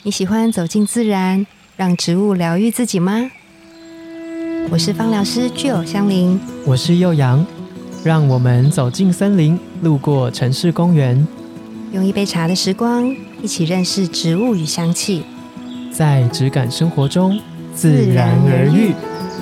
你喜欢走进自然，让植物疗愈自己吗？我是芳疗师具有香林， 我是幼阳，让我们走进森林，路过城市公园， 用一杯茶的时光，一起认识植物与香气， 在质感生活中自然而愈。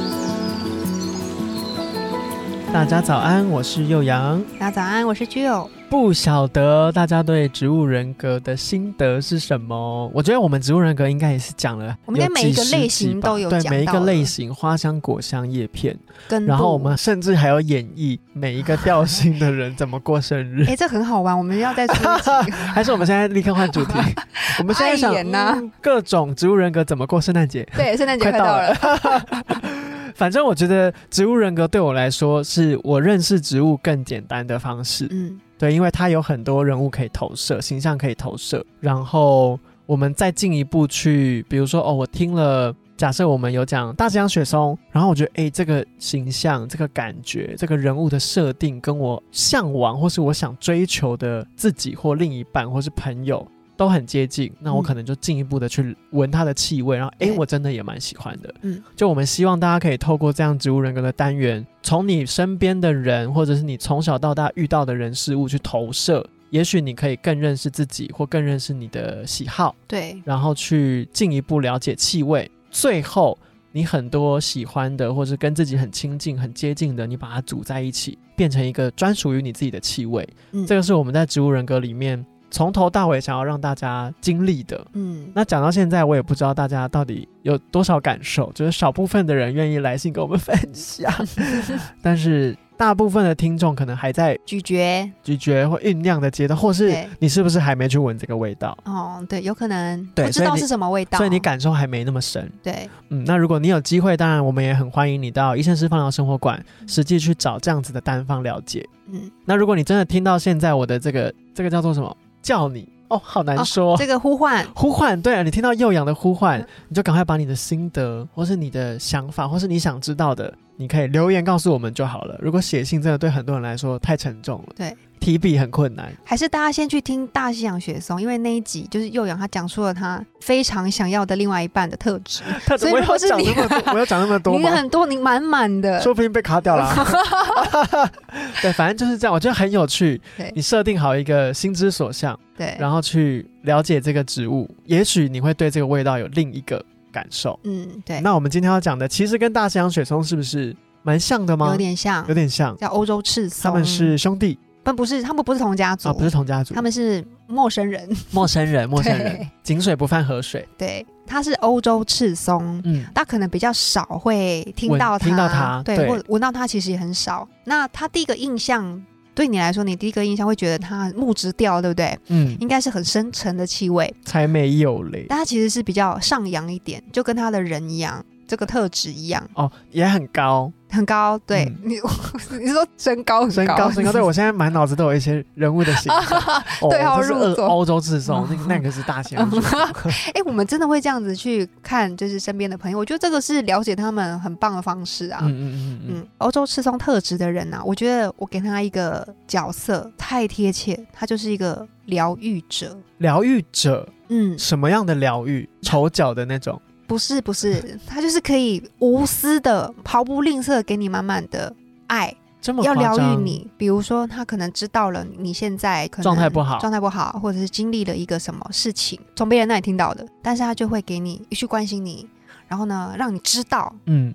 大家早安，我是幼阳。 大家早安，我是具有。 不晓得大家对植物人格的心得是什么？我觉得我们植物人格应该也是讲了， 我们应该每一个类型都有讲到， 对，每一个类型，花香、果香、叶片，然后我们甚至还有演绎每一个调性的人怎么过生日。 这很好玩，我们要再出一集还是我们现在立刻换主题？我们现在想各种植物人格怎么过圣诞节。 对，圣诞节快到了。 反正我觉得植物人格对我来说是我认识植物更简单的方式。对，因为它有很多人物可以投射，形象可以投射，然后我们再进一步去，比如说我听了，假设我们有讲大西洋雪松，然后我觉得这个形象、这个感觉、这个人物的设定跟我向往或是我想追求的自己或另一半或是朋友都很接近，那我可能就进一步的去闻它的气味，然后我真的也蛮喜欢的。就我们希望大家可以透过这样植物人格的单元，从你身边的人或者是你从小到大遇到的人事物去投射，也许你可以更认识自己或更认识你的喜好， 对， 然后去进一步了解气味，最后你很多喜欢的或是跟自己很亲近很接近的，你把它组在一起，变成一个专属于你自己的气味。这个是我们在植物人格里面从头到尾想要让大家经历的。那讲到现在我也不知道大家到底有多少感受，就是少部分的人愿意来信跟我们分享但是大部分的听众可能还在咀嚼或酝酿的阶段，或是你是不是还没去闻这个味道？ 对，有可能对， 不知道是什么味道， 所以你感受还没那么深。 对， 那如果你有机会，当然我们也很欢迎你到医生师芳疗生活馆实际去找这样子的单方了解。那如果你真的听到现在我的这个叫做什么叫你好难说， 这个呼唤， 对啊，你听到幼阳的呼唤，你就赶快把你的心得或是你的想法或是你想知道的，你可以留言告诉我们就好了。如果写信真的对很多人来说太沉重了， 对， 提笔很困难， 还是大家先去听大西洋雪松，因为那一集就是幼阳他讲出了他非常想要的另外一半的特质。 所以如果是你我要讲那么多吗？ 你很多，你满满的， 说不定被卡掉了对，反正就是这样，我觉得很有趣。你设定好一个心之所向， 对， 然后去了解这个植物，也许你会对这个味道有另一个感受。 对。 那我们今天要讲的其实跟大西洋雪松是不是蛮像的吗？ 有点像，叫欧洲赤松。 他们是兄弟？ 他们不是同家族， 不是同家族， 他们是陌生人， 井水不犯河水。 对，它是欧洲赤松，大家可能比较少会听到它，对，或闻到它其实也很少。那它第一个印象，对你来说，你第一个印象会觉得它木质调，对不对？应该是很深沉的气味，才没有嘞。 但它其实是比较上扬一点，就跟它的人一样，这个特质一样。 也很高。 对，你说身高很高， 对，我现在满脑子都有一些人物的形象对，好入座。 欧洲赤松，那个是大西洋雪松我们真的会这样子去看，就是身边的朋友，我觉得这个是了解他们很棒的方式啊。欧洲赤松特质的人啊，我觉得我给他一个角色太贴切，他就是一个疗愈者。什么样的疗愈？丑角的那种？不是，他就是可以无私的、毫不吝啬给你满满的爱， 这么要疗愈你。比如说，他可能知道了你现在可能状态不好，或者是经历了一个什么事情，从别人那里听到的，但是他就会给你去关心你，然后呢，让你知道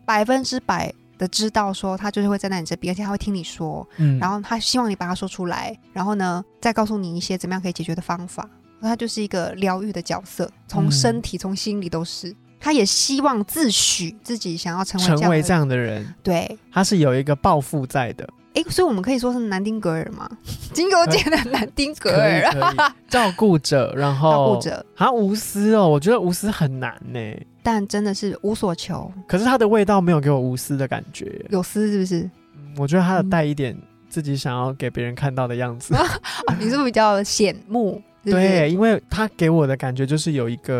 ，100%的知道说他就是会站在你这边，而且他会听你说，然后他希望你把它说出来，然后呢，再告诉你一些怎么样可以解决的方法。他就是一个疗愈的角色，从身体、从心理都是。他也希望自诩自己想要成为这样的人，对， 他是有一个抱负在的。 所以我们可以说是南丁格尔吗？精油界的南丁格尔可以照顾者，然后他无私我觉得无私很难呢， 但真的是无所求。 可是他的味道没有给我无私的感觉， 有私是不是？ 我觉得他有带一点自己想要给别人看到的样子你是不是比较显目？ 对，因为他给我的感觉就是有一个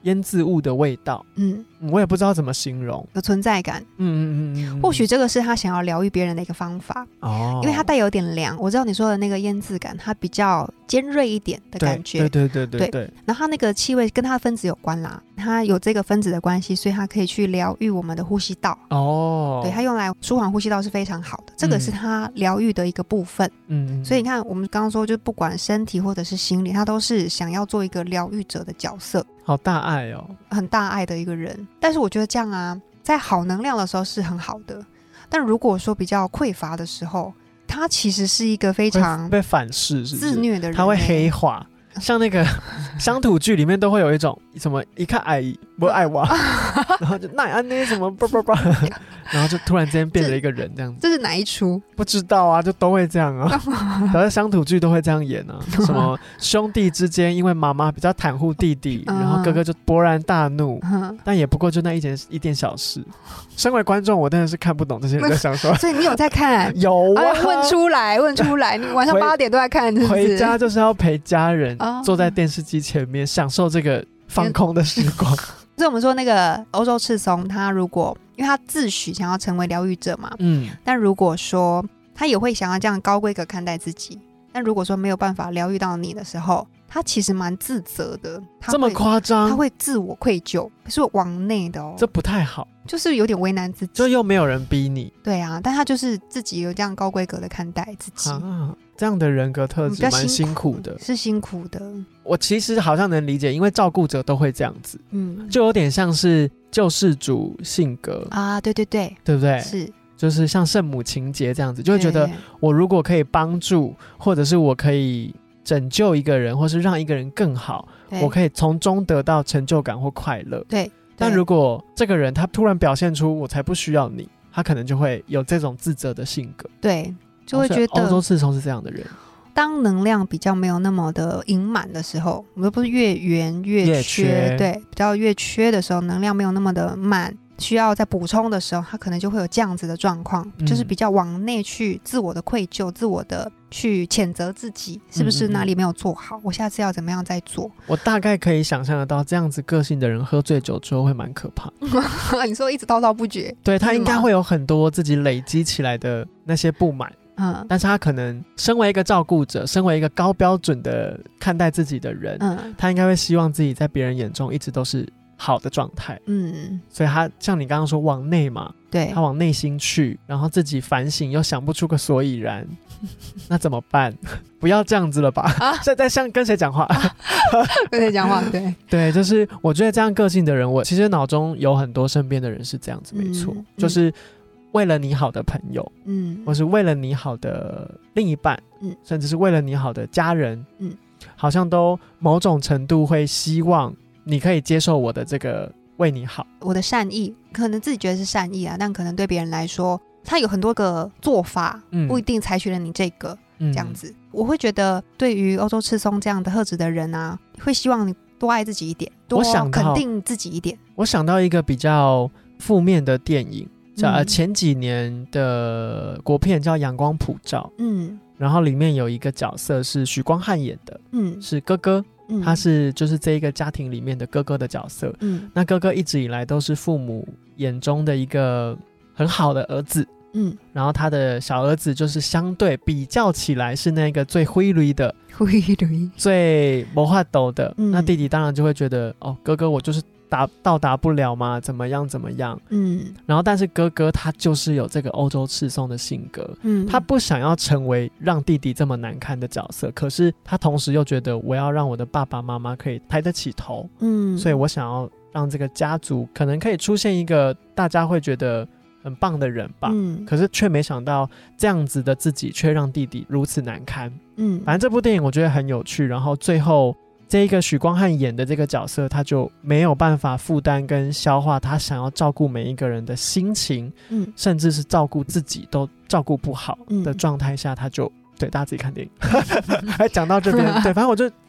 腌渍物的味道，我也不知道怎么形容， 有存在感。或许这个是他想要疗愈别人的一个方法哦，因为它带有点凉。我知道你说的那个腌渍感，它比较尖锐一点的感觉，对。然后它那个气味跟它的分子有关啦，它有这个分子的关系，所以它可以去疗愈我们的呼吸道哦。对，它用来舒缓呼吸道是非常好的，这个是它疗愈的一个部分。所以你看，我们刚刚说，就不管身体或者是心理，它都是想要做一个疗愈者的角色。 好大爱哦， 很大爱的一个人。但是我觉得这样啊，在好能量的时候是很好的，但如果说比较匮乏的时候，他其实是一个非常被反噬，是不是自虐的人， 他会黑化。像那个乡土剧里面都会有一种什么一看爱不爱我然后就那安那什么然后就突然之间变了一个人这样子。 这是哪一出不知道啊，就都会这样啊反正乡土剧都会这样演啊什么兄弟之间因为妈妈比较袒护弟弟然后哥哥就勃然大怒但也不过就那一点小事。身为观众我真的是看不懂这些人在想说所以你有在看有啊问出来你晚上8点都在看是不是？ 回家就是要陪家人坐在电视机前面享受这个放空的时光所以我们说那个欧洲赤松，他如果因为他自诩想要成为疗愈者嘛，但如果说他也会想要这样高规格看待自己，但如果说没有办法疗愈到你的时候，他其实蛮自责的。 这么夸张？ 他会自我愧疚，是往内的哦。 这不太好， 就是有点为难自己。 就又没有人逼你。 对啊，但他就是自己有这样高规格的看待自己。 这样的人格特质蛮辛苦的， 是辛苦的。 我其实好像能理解，因为照顾者都会这样子，就有点像是救世主性格啊，对不对？是， 就是像圣母情节这样子，就会觉得我如果可以帮助，或者是我可以拯救一个人，或是让一个人更好，我可以从中得到成就感或快乐。 对， 但如果这个人他突然表现出我才不需要你，他可能就会有这种自责的性格。 对。就会觉得欧洲赤松是这样的人， 当能量比较没有那么的盈满的时候，我们不是越圆越缺，对，比较越缺的时候，能量没有那么的满，需要再补充的时候，他可能就会有这样子的状况，就是比较往内去自我的愧疚，自我的去谴责自己是不是哪里没有做好，我下次要怎么样再做。 我大概可以想象得到，这样子个性的人喝醉酒之后会蛮可怕你说一直叨叨不绝， 对，他应该会有很多自己累积起来的那些不满，但是他可能身为一个照顾者，身为一个高标准的看待自己的人，他应该会希望自己在别人眼中一直都是好的状态，所以他像你刚刚说往内嘛， 对， 他往内心去，然后自己反省又想不出个所以然那怎么办？不要这样子了吧在像跟谁讲话跟谁讲话对，就是我觉得这样个性的人，我其实脑中有很多身边的人是这样子，没错，就是为了你好的朋友，或是为了你好的另一半，甚至是为了你好的家人，好像都某种程度会希望你可以接受我的这个为你好， 我的善意，可能自己觉得是善意啊，但可能对别人来说，他有很多个做法，不一定采取了你这个，这样子。我会觉得，对于欧洲赤松这样的特质的人啊，会希望你多爱自己一点，多肯定自己一点。 我想到一个比较负面的电影。前几年的国片叫《阳光普照》，然后里面有一个角色是许光汉演的，是哥哥，他是就是这一个家庭里面的哥哥的角色，那哥哥一直以来都是父母眼中的一个很好的儿子，然后他的小儿子就是相对比较起来是那个最灰驴的，最没法度的，那弟弟当然就会觉得哥哥我就是到达不了吗？怎么样？然后但是哥哥他就是有这个欧洲赤松的性格，他不想要成为让弟弟这么难堪的角色，可是他同时又觉得我要让我的爸爸妈妈可以抬得起头，所以我想要让这个家族可能可以出现一个大家会觉得很棒的人吧，可是却没想到这样子的自己却让弟弟如此难堪，反正这部电影我觉得很有趣，然后最后这一个许光汉演的这个角色，他就没有办法负担跟消化他想要照顾每一个人的心情，甚至是照顾自己都照顾不好的状态下，他就对大家自己看电影还讲到这边对，反正我就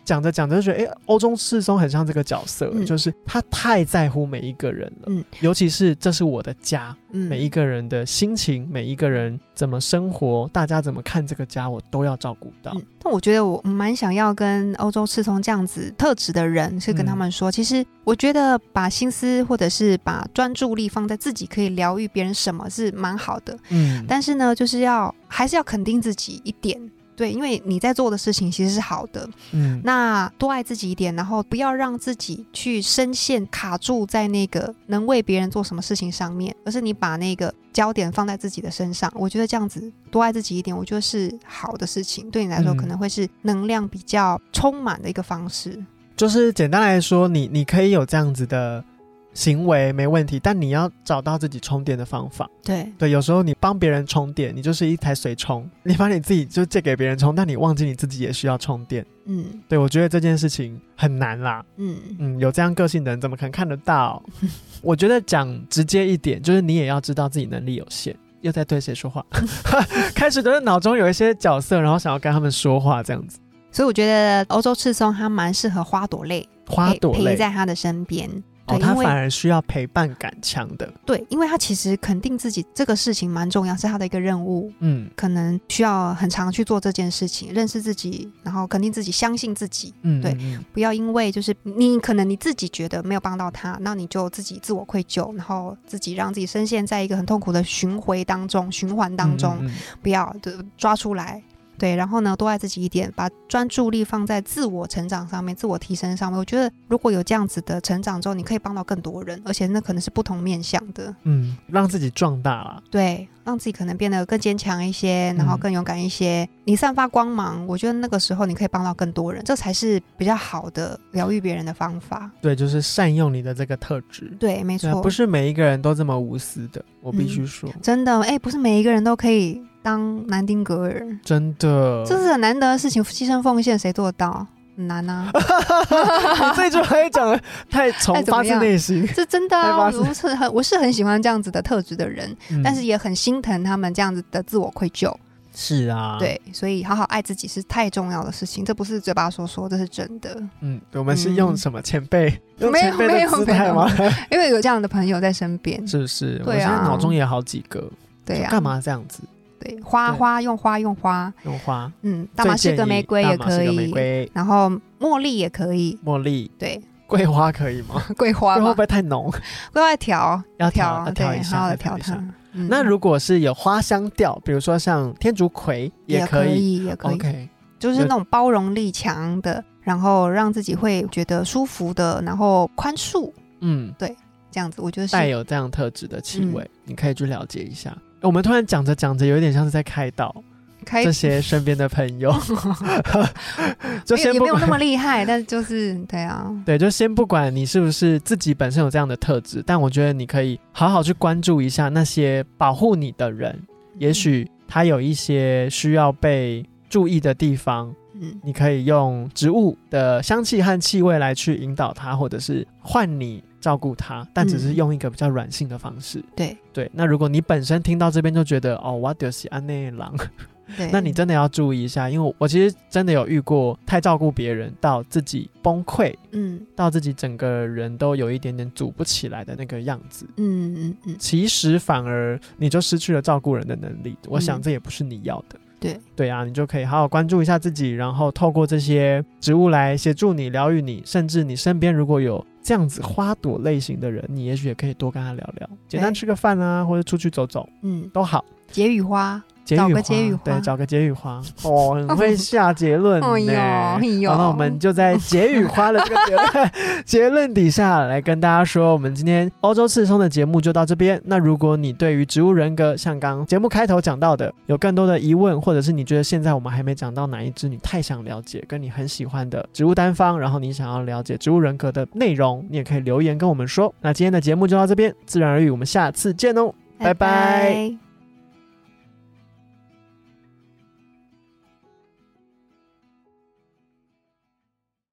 讲着讲着就觉得欧中赤松很像这个角色，就是他太在乎每一个人了，尤其是这是我的家，每一个人的心情，每一个人怎么生活，大家怎么看这个家，我都要照顾到。 但我觉得我蛮想要跟欧洲赤松这样子特质的人是跟他们说，其实我觉得把心思或者是把专注力放在自己可以疗愈别人什么是蛮好的，但是呢就是还是要肯定自己一点，对，因为你在做的事情其实是好的，那多爱自己一点，然后不要让自己去深陷卡住在那个能为别人做什么事情上面，而是你把那个焦点放在自己的身上，我觉得这样子多爱自己一点，我觉得是好的事情，对你来说可能会是能量比较充满的一个方式。 就是简单来说，你可以有这样子的行为没问题，但你要找到自己充电的方法。对，有时候你帮别人充电，你就是一台随充，你把你自己就借给别人充，但你忘记你自己也需要充电。对，我觉得这件事情很难啦。有这样个性的人怎么可能看得到？我觉得讲直接一点，就是你也要知道自己能力有限。又在对谁说话？开始的脑中有一些角色，然后想要跟他们说话这样子。 所以我觉得欧洲赤松他蛮适合花朵类陪在他的身边。 他反而需要陪伴感强的。 对，因为他其实肯定自己这个事情蛮重要，是他的一个任务。可能需要很常去做这件事情，认识自己，然后肯定自己，相信自己。对，不要因为就是可能你自己觉得没有帮到他，那你就自己自我愧疚，然后自己让自己深陷在一个很痛苦的循环当中，不要抓出来。对，然后呢多爱自己一点，把专注力放在自我成长上面，自我提升上面。我觉得如果有这样子的成长之后，你可以帮到更多人，而且那可能是不同面向的。 让自己壮大啦。 对，让自己可能变得更坚强一些，然后更勇敢一些。你散发光芒，我觉得那个时候你可以帮到更多人，这才是比较好的疗愈别人的方法。 对，就是善用你的这个特质。 对，没错， 不是每一个人都这么无私的，我必须说。 真的，不是每一个人都可以当南丁格尔， 真的， 这是很难得的事情，牺牲奉献谁做得到？很难啊！ 你这句话也讲得太从发自内心， 是真的啊！我是很喜欢这样子的特质的人，但是也很心疼他们这样子的自我愧疚。 是啊， 对，所以好好爱自己是太重要的事情，这不是嘴巴说，这是真的。 我们是用什么前辈？ 用前辈的姿态吗？因为有这样的朋友在身边， 是不是？对啊，我现在脑中也有好几个。对啊，干嘛这样子？ 对，花用花，大马士革玫瑰也可以，然后茉莉也可以，对， 桂花可以吗？ 桂花会不会太浓？ 桂花要调一下， 好好的调它。 那如果是有花香调，比如说像天竺葵也可以， 也可以， OK， 就是那种包容力强的，然后让自己会觉得舒服的，然后宽恕，对，这样子我觉得是带有这样特质的气味，你可以去了解一下。我们突然讲着讲着，有点像是在开导这些身边的朋友， 就先也没有那么厉害，但就是对啊， 对，就先不管你是不是自己本身有这样的特质，但我觉得你可以好好去关注一下那些保护你的人，也许他有一些需要被注意的地方。你可以用植物的香气和气味来去引导他，或者是换你照顾他，但只是用一个比较软性的方式。 对， 那如果你本身听到这边就觉得我就是安内郎，那你真的要注意一下，因为我其实真的有遇过太照顾别人到自己崩溃，到自己整个人都有一点点组不起来的那个样子。其实反而你就失去了照顾人的能力，我想这也不是你要的。对啊，你就可以好好关注一下自己，然后透过这些植物来协助你疗愈你，甚至你身边如果有这样子花朵类型的人，你也许也可以多跟他聊聊，简单吃个饭啊，或者出去走走，都好。 解语花，找个解语花， 对，找个解语花。很会下结论呢。然后我们就在解语花的这个结论底下来跟大家说，我们今天欧洲赤松的节目就到这边。那如果你对于植物人格，像刚节目开头讲到的，有更多的疑问，或者是你觉得现在我们还没讲到哪一支你太想了解，跟你很喜欢的植物单方，然后你想要了解植物人格的内容，你也可以留言跟我们说。那今天的节目就到这边，自然而语，我们下次见哦，拜拜。